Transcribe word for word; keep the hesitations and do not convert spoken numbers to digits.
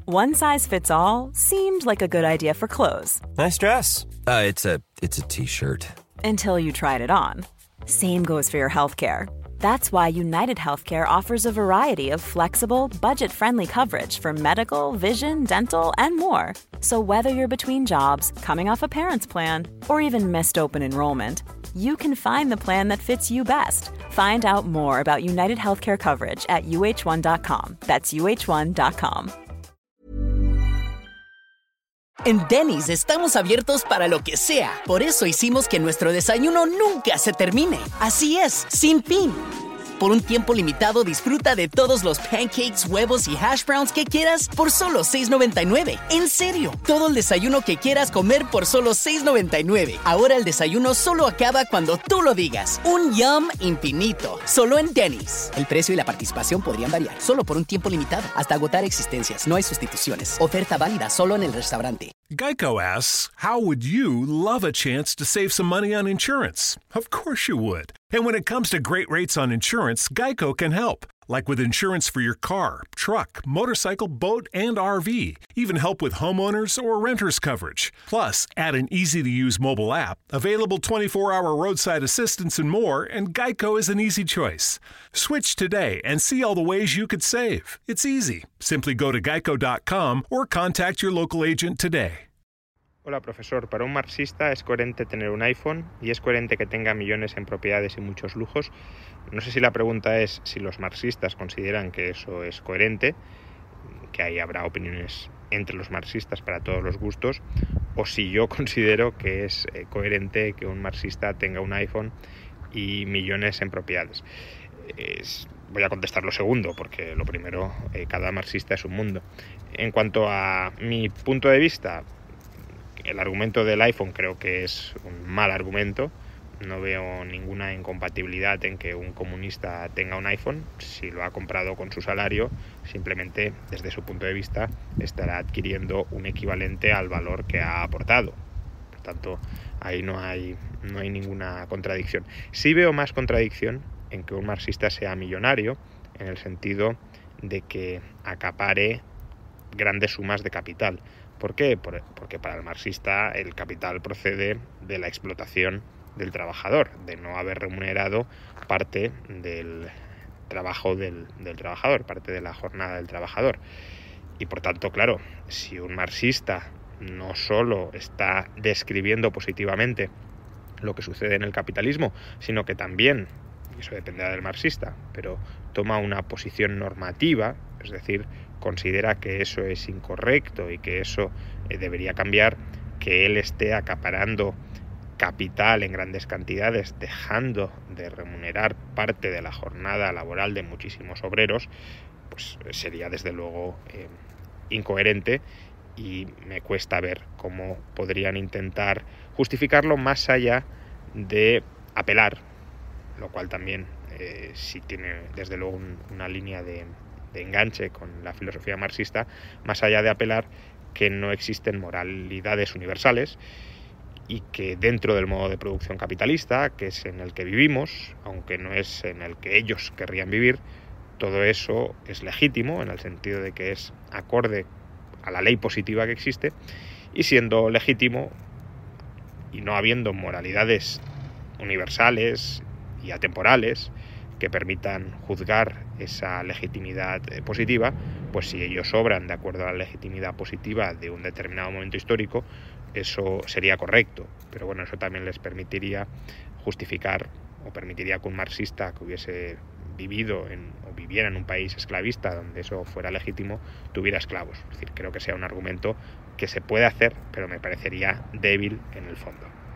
One size fits all seemed like a good idea for clothes. Nice dress. Uh, it's a it's a t-shirt. Until you tried it on. Same goes for your healthcare. That's why United Healthcare offers a variety of flexible, budget-friendly coverage for medical, vision, dental, and more. So whether you're between jobs, coming off a parent's plan, or even missed open enrollment, you can find the plan that fits you best. Find out more about United Healthcare coverage at U H one dot com. That's U H one dot com. En Denny's estamos abiertos para lo que sea. Por eso hicimos que nuestro desayuno nunca se termine. Así es, sin fin. Por un tiempo limitado, disfruta de todos los pancakes, huevos y hash browns que quieras por solo seis noventa y nueve. En serio, todo el desayuno que quieras comer por solo seis noventa y nueve. Ahora el desayuno solo acaba cuando tú lo digas. Un yum infinito, solo en Denny's. El precio y la participación podrían variar, solo por un tiempo limitado, hasta agotar existencias. No hay sustituciones. Oferta válida solo en el restaurante. Geico asks, how would you love a chance to save some money on insurance? Of course you would. And when it comes to great rates on insurance, Geico can help. Like with insurance for your car, truck, motorcycle, boat, and R V. Even help with homeowners or renters coverage. Plus, add an easy-to-use mobile app, available twenty-four hour roadside assistance and more, and Geico is an easy choice. Switch today and see all the ways you could save. It's easy. Simply go to geico dot com or contact your local agent today. Hola, profesor. Para un marxista es coherente tener un iPhone y es coherente que tenga millones en propiedades y muchos lujos. No sé si la pregunta es si los marxistas consideran que eso es coherente, que ahí habrá opiniones entre los marxistas para todos los gustos, o si yo considero que es eh, coherente que un marxista tenga un iPhone y millones en propiedades. Es, voy a contestar lo segundo, porque lo primero, eh, cada marxista es un mundo. En cuanto a mi punto de vista, el argumento del iPhone creo que es un mal argumento. No veo ninguna incompatibilidad en que un comunista tenga un iPhone. Si lo ha comprado con su salario, simplemente desde su punto de vista estará adquiriendo un equivalente al valor que ha aportado. Por tanto, ahí no hay, no hay ninguna contradicción. Sí veo más contradicción en que un marxista sea millonario, en el sentido de que acapare grandes sumas de capital. ¿Por qué? Porque para el marxista el capital procede de la explotación del trabajador, de no haber remunerado parte del trabajo del, del trabajador, parte de la jornada del trabajador. Y por tanto, claro, si un marxista no solo está describiendo positivamente lo que sucede en el capitalismo, sino que también, y eso dependerá del marxista, pero toma una posición normativa, es decir, considera que eso es incorrecto y que eso eh, debería cambiar, que él esté acaparando capital en grandes cantidades, dejando de remunerar parte de la jornada laboral de muchísimos obreros, pues sería desde luego eh, incoherente, y me cuesta ver cómo podrían intentar justificarlo más allá de apelar, lo cual también eh, sí tiene desde luego un, una línea de de enganche con la filosofía marxista, más allá de apelar que no existen moralidades universales y que dentro del modo de producción capitalista, que es en el que vivimos, aunque no es en el que ellos querrían vivir, todo eso es legítimo en el sentido de que es acorde a la ley positiva que existe, y siendo legítimo y no habiendo moralidades universales y atemporales que permitan juzgar esa legitimidad positiva, pues si ellos obran de acuerdo a la legitimidad positiva de un determinado momento histórico, eso sería correcto. Pero bueno, eso también les permitiría justificar, o permitiría que un marxista que hubiese vivido en, o viviera en un país esclavista donde eso fuera legítimo, tuviera esclavos. Es decir, creo que sea un argumento que se puede hacer, pero me parecería débil en el fondo.